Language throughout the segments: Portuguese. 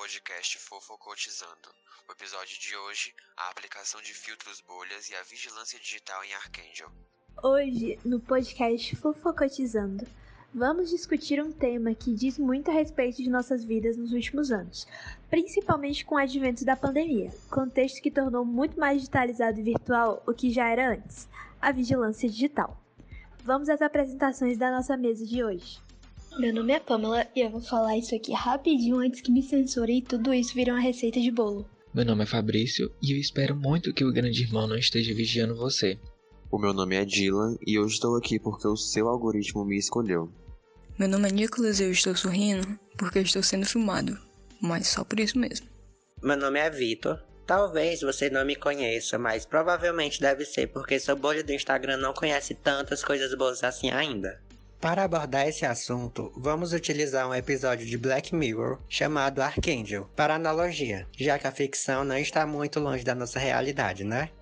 podcast Fofocotizando. O episódio de hoje, a aplicação de filtros bolhas e a vigilância digital em Archangel. Hoje, no podcast Fofocotizando, vamos discutir um tema que diz muito a respeito de nossas vidas nos últimos anos, principalmente com o advento da pandemia, contexto que tornou muito mais digitalizado e virtual o que já era antes, a vigilância digital. Vamos às apresentações da nossa mesa de hoje. Meu nome é Pamela e eu vou falar isso aqui rapidinho antes que me censurem e tudo isso vire uma receita de bolo. Meu nome é Fabrício e eu espero muito que o grande irmão não esteja vigiando você. O meu nome é Dylan e eu estou aqui porque o seu algoritmo me escolheu. Meu nome é Nicolas e eu estou sorrindo porque eu estou sendo filmado, mas só por isso mesmo. Meu nome é Vitor. Talvez você não me conheça, mas provavelmente deve ser porque sua bolha do Instagram não conhece tantas coisas boas assim ainda. Para abordar esse assunto, vamos utilizar um episódio de Black Mirror chamado Archangel, para analogia, já que a ficção não está muito longe da nossa realidade, né?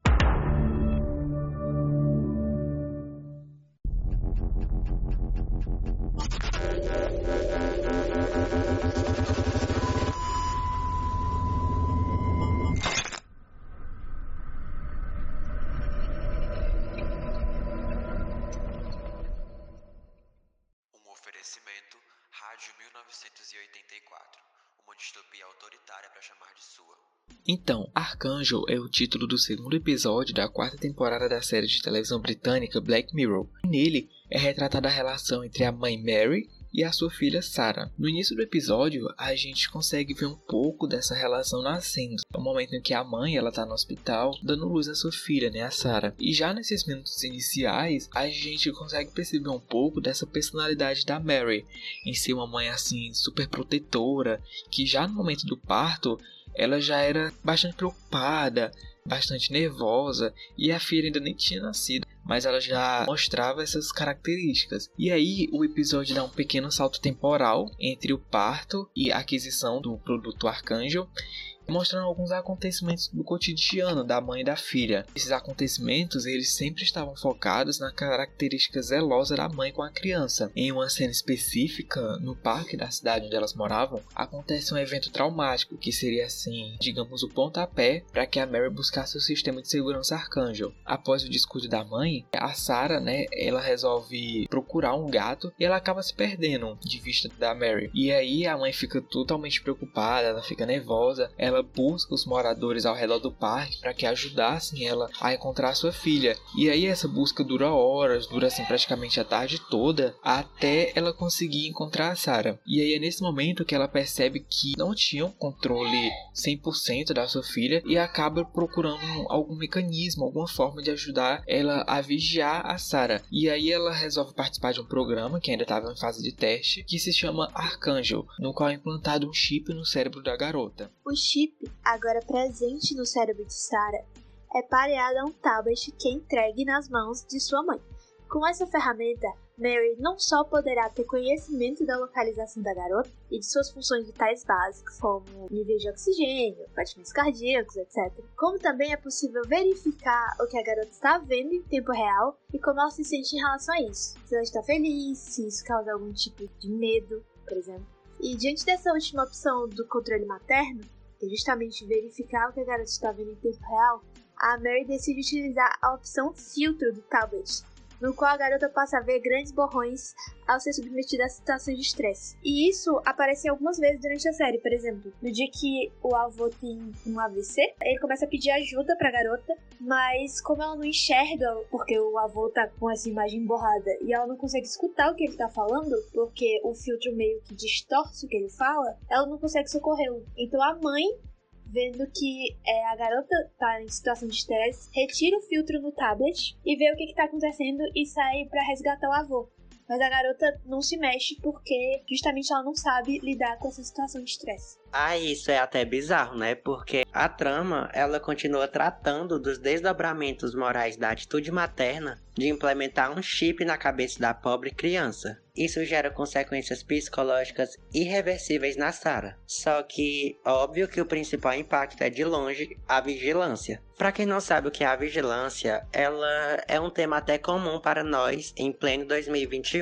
Oferecimento Rádio 1984, uma distopia autoritária para chamar de sua. Então, Archangel é o título do segundo episódio da quarta temporada da série de televisão britânica Black Mirror. Nele é retratada a relação entre a mãe Mary e a sua filha Sarah. No início do episódio, a gente consegue ver um pouco dessa relação nascendo. É o momento em que a mãe está no hospital, dando luz à sua filha, a Sarah. E já nesses minutos iniciais, a gente consegue perceber um pouco dessa personalidade da Mary, em ser uma mãe assim, super protetora, que já no momento do parto, ela já era bastante preocupada, bastante nervosa, e a filha ainda nem tinha nascido, mas ela já mostrava essas características. E aí o episódio dá um pequeno salto temporal entre o parto e a aquisição do produto Archangel, mostrando alguns acontecimentos do cotidiano da mãe e da filha. Esses acontecimentos, eles sempre estavam focados na característica zelosa da mãe com a criança. Em uma cena específica, no parque da cidade onde elas moravam, acontece um evento traumático, que seria assim, digamos, o pontapé para que a Mary buscasse o sistema de segurança Archangel. Após o descuido da mãe, a Sarah, ela resolve procurar um gato e ela acaba se perdendo de vista da Mary. E aí a mãe fica totalmente preocupada, ela fica nervosa, ela busca os moradores ao redor do parque para que ajudassem ela a encontrar sua filha. E aí essa busca dura horas, dura assim praticamente a tarde toda, até ela conseguir encontrar a Sarah. E aí é nesse momento que ela percebe que não tinha um controle 100% da sua filha e acaba procurando algum mecanismo, alguma forma de ajudar ela a vigiar a Sarah. E aí ela resolve participar de um programa que ainda estava em fase de teste, que se chama Archangel, no qual é implantado um chip no cérebro da garota. O chip, agora presente no cérebro de Sarah, é pareado a um tablet que é entregue nas mãos de sua mãe. Com essa ferramenta, Mary não só poderá ter conhecimento da localização da garota e de suas funções vitais básicas, como nível de oxigênio, batimentos cardíacos, etc., como também é possível verificar o que a garota está vendo em tempo real e como ela se sente em relação a isso. Se ela está feliz, se isso causa algum tipo de medo, por exemplo. E diante dessa última opção do controle materno, que é justamente verificar o que a garota está vendo em tempo real, a Mary decide utilizar a opção filtro do tablet, no qual a garota passa a ver grandes borrões ao ser submetida a situações de estresse. E isso aparece algumas vezes durante a série, por exemplo, no dia que o avô tem um AVC, ele começa a pedir ajuda pra garota, mas como ela não enxerga, porque o avô tá com essa imagem borrada, e ela não consegue escutar o que ele tá falando, porque o filtro meio que distorce o que ele fala, ela não consegue socorrê-lo. Então a mãe, vendo que a garota tá em situação de estresse, retira o filtro no tablet e vê o que tá acontecendo e sai pra resgatar o avô. Mas a garota não se mexe porque justamente ela não sabe lidar com essa situação de estresse. Isso é até bizarro, né? Porque a trama, ela continua tratando dos desdobramentos morais da atitude materna de implementar um chip na cabeça da pobre criança. Isso gera consequências psicológicas irreversíveis na Sarah. Só que, óbvio que o principal impacto é de longe a vigilância. Pra quem não sabe o que é a vigilância, ela é um tema até comum para nós em pleno 2021.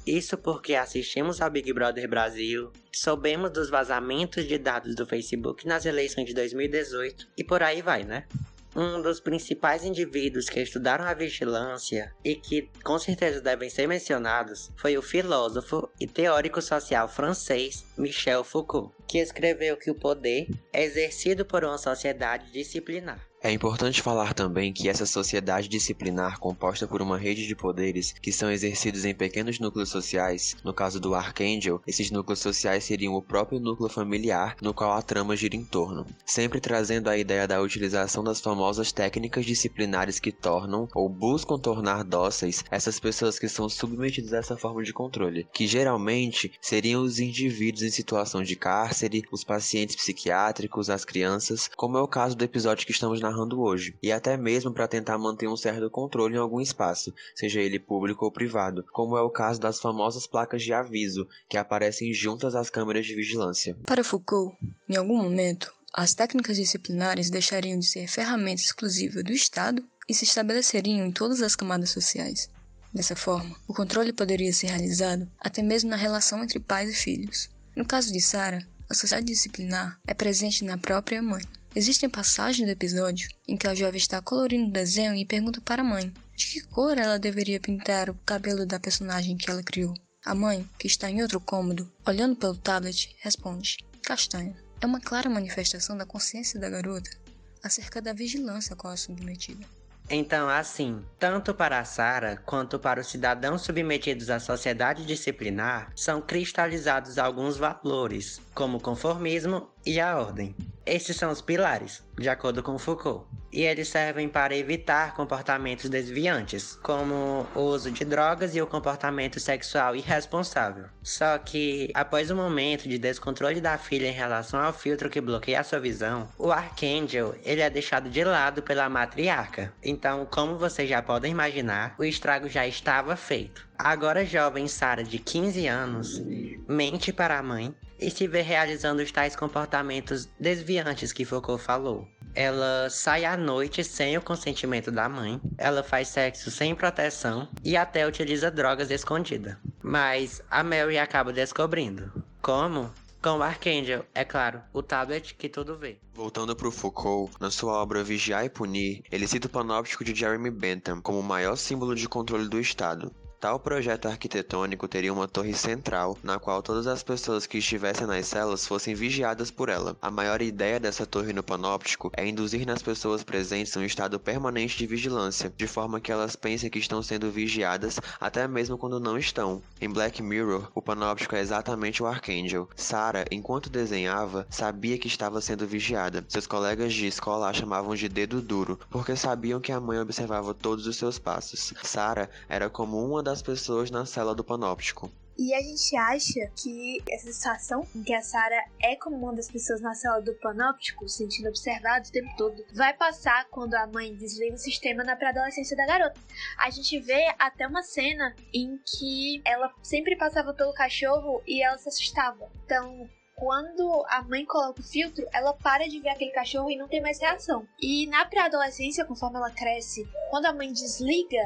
Isso porque assistimos ao Big Brother Brasil, soubemos dos vazamentos de dados do Facebook nas eleições de 2018 e por aí vai, né? Um dos principais indivíduos que estudaram a vigilância e que com certeza devem ser mencionados foi o filósofo e teórico social francês Michel Foucault, que escreveu que o poder é exercido por uma sociedade disciplinar. É importante falar também que essa sociedade disciplinar, composta por uma rede de poderes que são exercidos em pequenos núcleos sociais, no caso do Archangel, esses núcleos sociais seriam o próprio núcleo familiar no qual a trama gira em torno, sempre trazendo a ideia da utilização das famosas técnicas disciplinares que tornam ou buscam tornar dóceis essas pessoas que são submetidas a essa forma de controle, que geralmente seriam os indivíduos em situação de cárcere, os pacientes psiquiátricos, as crianças, como é o caso do episódio que estamos narrando hoje, e até mesmo para tentar manter um certo controle em algum espaço, seja ele público ou privado, como é o caso das famosas placas de aviso que aparecem juntas às câmeras de vigilância. Para Foucault, em algum momento, as técnicas disciplinares deixariam de ser ferramenta exclusiva do Estado e se estabeleceriam em todas as camadas sociais. Dessa forma, o controle poderia ser realizado até mesmo na relação entre pais e filhos. No caso de Sarah, a sociedade disciplinar é presente na própria mãe. Existem passagens do episódio em que a jovem está colorindo o desenho e pergunta para a mãe de que cor ela deveria pintar o cabelo da personagem que ela criou. A mãe, que está em outro cômodo, olhando pelo tablet, responde: castanho. É uma clara manifestação da consciência da garota acerca da vigilância a qual é submetida. Então, assim, tanto para a Sarah quanto para os cidadãos submetidos à sociedade disciplinar, são cristalizados alguns valores, como o conformismo e a ordem. Estes são os pilares, de acordo com Foucault, e eles servem para evitar comportamentos desviantes, como o uso de drogas e o comportamento sexual irresponsável. Só que, após o momento de descontrole da filha em relação ao filtro que bloqueia a sua visão, o Archangel ele é deixado de lado pela matriarca. Então, como vocês já podem imaginar, o estrago já estava feito. Agora a jovem Sarah, de 15 anos, mente para a mãe e se vê realizando os tais comportamentos desviantes que Foucault falou. Ela sai à noite sem o consentimento da mãe, ela faz sexo sem proteção e até utiliza drogas escondida. Mas a Mary acaba descobrindo. Como? Com o Archangel, é claro, o tablet que tudo vê. Voltando para o Foucault, na sua obra Vigiar e Punir, ele cita o panóptico de Jeremy Bentham como o maior símbolo de controle do Estado. Tal projeto arquitetônico teria uma torre central, na qual todas as pessoas que estivessem nas celas fossem vigiadas por ela. A maior ideia dessa torre no panóptico é induzir nas pessoas presentes um estado permanente de vigilância, de forma que elas pensem que estão sendo vigiadas até mesmo quando não estão. Em Black Mirror, o panóptico é exatamente o Archangel. Sarah, enquanto desenhava, sabia que estava sendo vigiada. Seus colegas de escola a chamavam de dedo duro, porque sabiam que a mãe observava todos os seus passos. Sarah era como uma das pessoas na cela do panóptico. E a gente acha que essa situação em que a Sarah é como uma das pessoas na sala do panóptico, se sentindo observada o tempo todo, vai passar quando a mãe desliga o sistema na pré-adolescência da garota. A gente vê até uma cena em que ela sempre passava pelo cachorro e ela se assustava. Então, quando a mãe coloca o filtro, ela para de ver aquele cachorro e não tem mais reação. E na pré-adolescência, conforme ela cresce, quando a mãe desliga,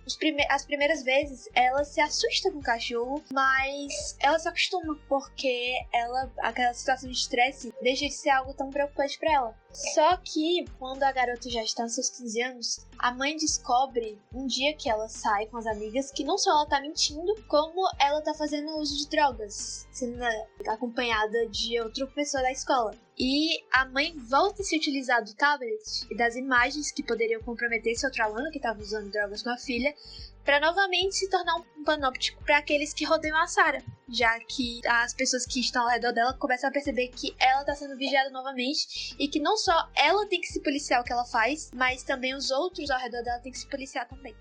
as primeiras vezes ela se assusta com o cachorro, mas ela se acostuma, porque aquela situação de estresse deixa de ser algo tão preocupante pra ela. Só que quando a garota já está nos seus 15 anos, a mãe descobre um dia que ela sai com as amigas que não só ela tá mentindo, como ela tá fazendo uso de drogas, sendo acompanhada de outra pessoa da escola. E a mãe volta a se utilizar do tablet e das imagens que poderiam comprometer seu outro aluno que estava usando drogas com a filha, para novamente se tornar um panóptico para aqueles que rodeiam a Sarah, já que as pessoas que estão ao redor dela começam a perceber que ela está sendo vigiada novamente e que não só ela tem que se policiar o que ela faz, mas também os outros ao redor dela têm que se policiar também.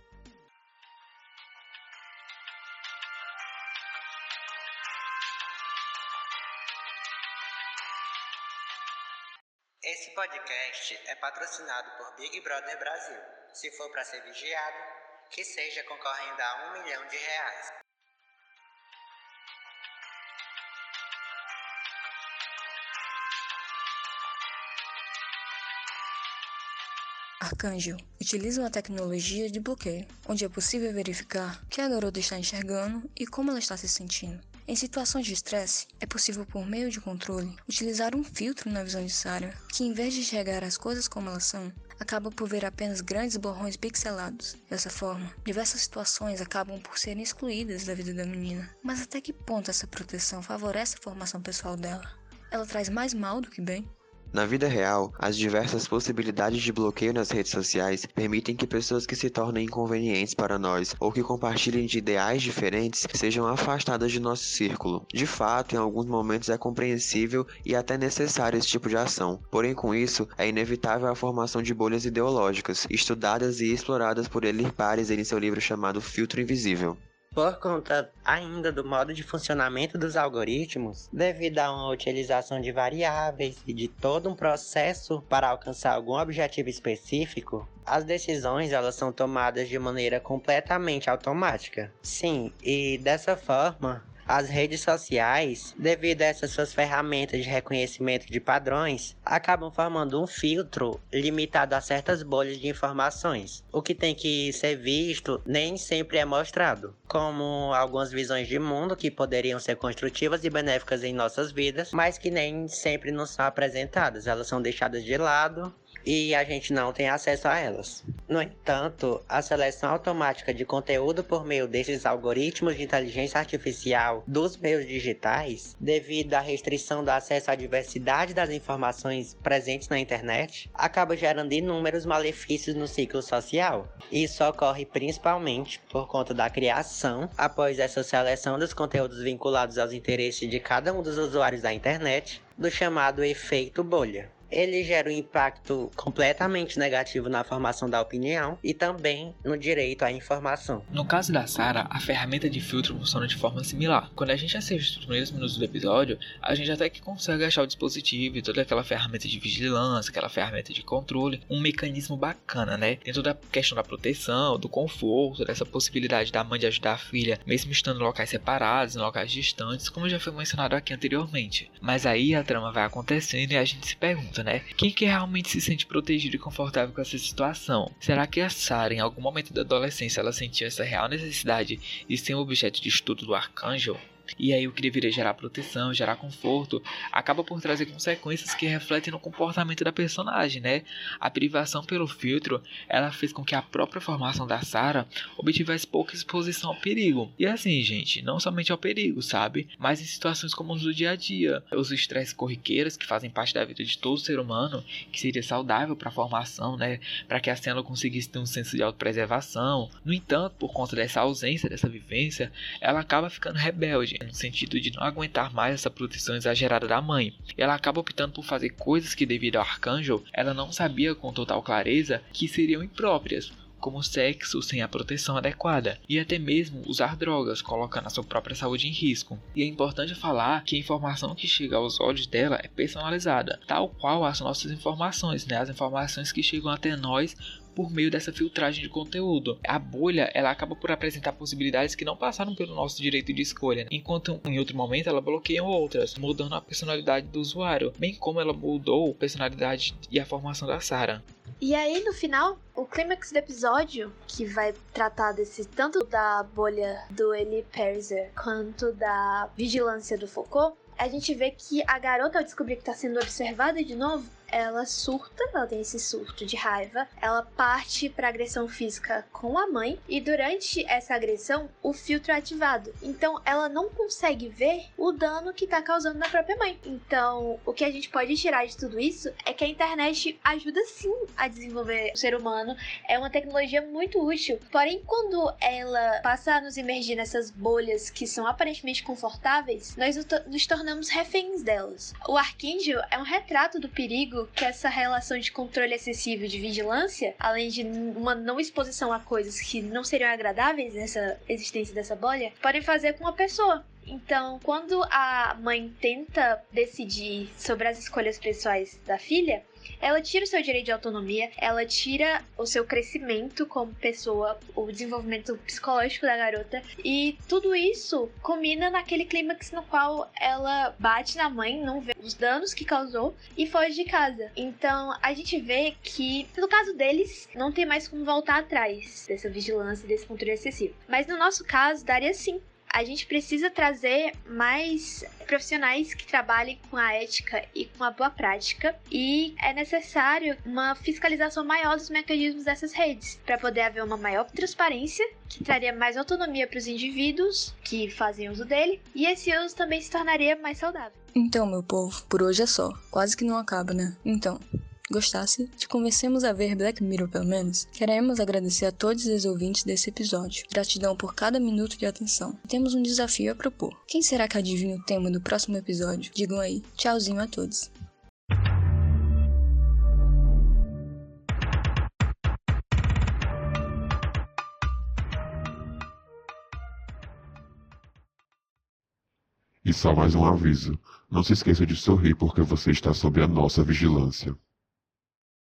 Esse podcast é patrocinado por Big Brother Brasil. Se for para ser vigiado, que seja concorrendo a R$1 milhão. Arcanjo utiliza uma tecnologia de bloqueio, onde é possível verificar o que a garota está enxergando e como ela está se sentindo. Em situações de estresse, é possível, por meio de controle, utilizar um filtro na visão de Sarah, que em vez de enxergar as coisas como elas são, acaba por ver apenas grandes borrões pixelados. Dessa forma, diversas situações acabam por serem excluídas da vida da menina. Mas até que ponto essa proteção favorece a formação pessoal dela? Ela traz mais mal do que bem? Na vida real, as diversas possibilidades de bloqueio nas redes sociais permitem que pessoas que se tornem inconvenientes para nós ou que compartilhem de ideais diferentes sejam afastadas de nosso círculo. De fato, em alguns momentos é compreensível e até necessário esse tipo de ação. Porém, com isso, é inevitável a formação de bolhas ideológicas, estudadas e exploradas por Eli Pares em seu livro chamado Filtro Invisível. Por conta ainda do modo de funcionamento dos algoritmos, devido a uma utilização de variáveis e de todo um processo para alcançar algum objetivo específico, as decisões elas são tomadas de maneira completamente automática. Sim, e dessa forma, as redes sociais, devido a essas suas ferramentas de reconhecimento de padrões, acabam formando um filtro limitado a certas bolhas de informações. O que tem que ser visto nem sempre é mostrado, como algumas visões de mundo que poderiam ser construtivas e benéficas em nossas vidas, mas que nem sempre nos são apresentadas. Elas são deixadas de lado e a gente não tem acesso a elas. No entanto, a seleção automática de conteúdo por meio desses algoritmos de inteligência artificial dos meios digitais, devido à restrição do acesso à diversidade das informações presentes na internet, acaba gerando inúmeros malefícios no ciclo social. Isso ocorre principalmente por conta da criação, após essa seleção dos conteúdos vinculados aos interesses de cada um dos usuários da internet, do chamado efeito bolha. Ele gera um impacto completamente negativo na formação da opinião e também no direito à informação. No caso da Sarah, a ferramenta de filtro funciona de forma similar. Quando a gente assiste os primeiros minutos do episódio, a gente até que consegue achar o dispositivo e toda aquela ferramenta de vigilância, aquela ferramenta de controle, um mecanismo bacana, né? Dentro da questão da proteção, do conforto, dessa possibilidade da mãe de ajudar a filha, mesmo estando em locais separados, em locais distantes, como já foi mencionado aqui anteriormente. Mas aí a trama vai acontecendo e a gente se pergunta, né? Quem que realmente se sente protegido e confortável com essa situação? Será que a Sarah, em algum momento da adolescência, ela sentiu essa real necessidade de ser um objeto de estudo do Arcanjo? E aí o que deveria gerar proteção, gerar conforto, acaba por trazer consequências que refletem no comportamento da personagem, né? A privação pelo filtro, ela fez com que a própria formação da Sarah obtivesse pouca exposição ao perigo. E assim, gente, não somente ao perigo, sabe? Mas em situações comuns do dia a dia. Os estresses corriqueiros que fazem parte da vida de todo ser humano, que seria saudável para a formação, né? Para que assim ela conseguisse ter um senso de autopreservação. No entanto, por conta dessa ausência, dessa vivência, ela acaba ficando rebelde, no sentido de não aguentar mais essa proteção exagerada da mãe. Ela acaba optando por fazer coisas que, devido ao Arcanjo, ela não sabia com total clareza que seriam impróprias, como sexo sem a proteção adequada, e até mesmo usar drogas, colocando a sua própria saúde em risco. E é importante falar que a informação que chega aos olhos dela é personalizada, tal qual as nossas informações, né? As informações que chegam até nós por meio dessa filtragem de conteúdo. A bolha, ela acaba por apresentar possibilidades que não passaram pelo nosso direito de escolha, enquanto em outro momento ela bloqueia outras, mudando a personalidade do usuário, bem como ela mudou a personalidade e a formação da Sarah. E aí, no final, o clímax do episódio, que vai tratar desse tanto da bolha do Eli Pariser quanto da vigilância do Foucault, a gente vê que a garota, ao descobrir que está sendo observada de novo, ela surta, ela tem esse surto de raiva, ela parte para agressão física com a mãe e durante essa agressão o filtro é ativado. Então ela não consegue ver o dano que tá causando na própria mãe. Então o que a gente pode tirar de tudo isso é que a internet ajuda sim a desenvolver o ser humano, é uma tecnologia muito útil. Porém, quando ela passa a nos imergir nessas bolhas que são aparentemente confortáveis, nós nos tornamos reféns delas. O Arcanjo é um retrato do perigo que essa relação de controle excessivo e de vigilância, além de uma não exposição a coisas que não seriam agradáveis nessa existência dessa bolha, podem fazer com a pessoa. Então, quando a mãe tenta decidir sobre as escolhas pessoais da filha, ela tira o seu direito de autonomia, ela tira o seu crescimento como pessoa, o desenvolvimento psicológico da garota, e tudo isso combina naquele clímax no qual ela bate na mãe, não vê os danos que causou e foge de casa. Então a gente vê que, no caso deles, não tem mais como voltar atrás dessa vigilância, desse controle excessivo. Mas no nosso caso, daria sim. A gente precisa trazer mais profissionais que trabalhem com a ética e com a boa prática, e é necessário uma fiscalização maior dos mecanismos dessas redes, para poder haver uma maior transparência, que traria mais autonomia para os indivíduos que fazem uso dele, e esse uso também se tornaria mais saudável. Então, meu povo, por hoje é só. Quase que não acaba, né? Então, gostasse, te convencemos a ver Black Mirror pelo menos? Queremos agradecer a todos os ouvintes desse episódio. Gratidão por cada minuto de atenção. Temos um desafio a propor. Quem será que adivinha o tema do próximo episódio? Digam aí. Tchauzinho a todos. E só mais um aviso. Não se esqueça de sorrir porque você está sob a nossa vigilância.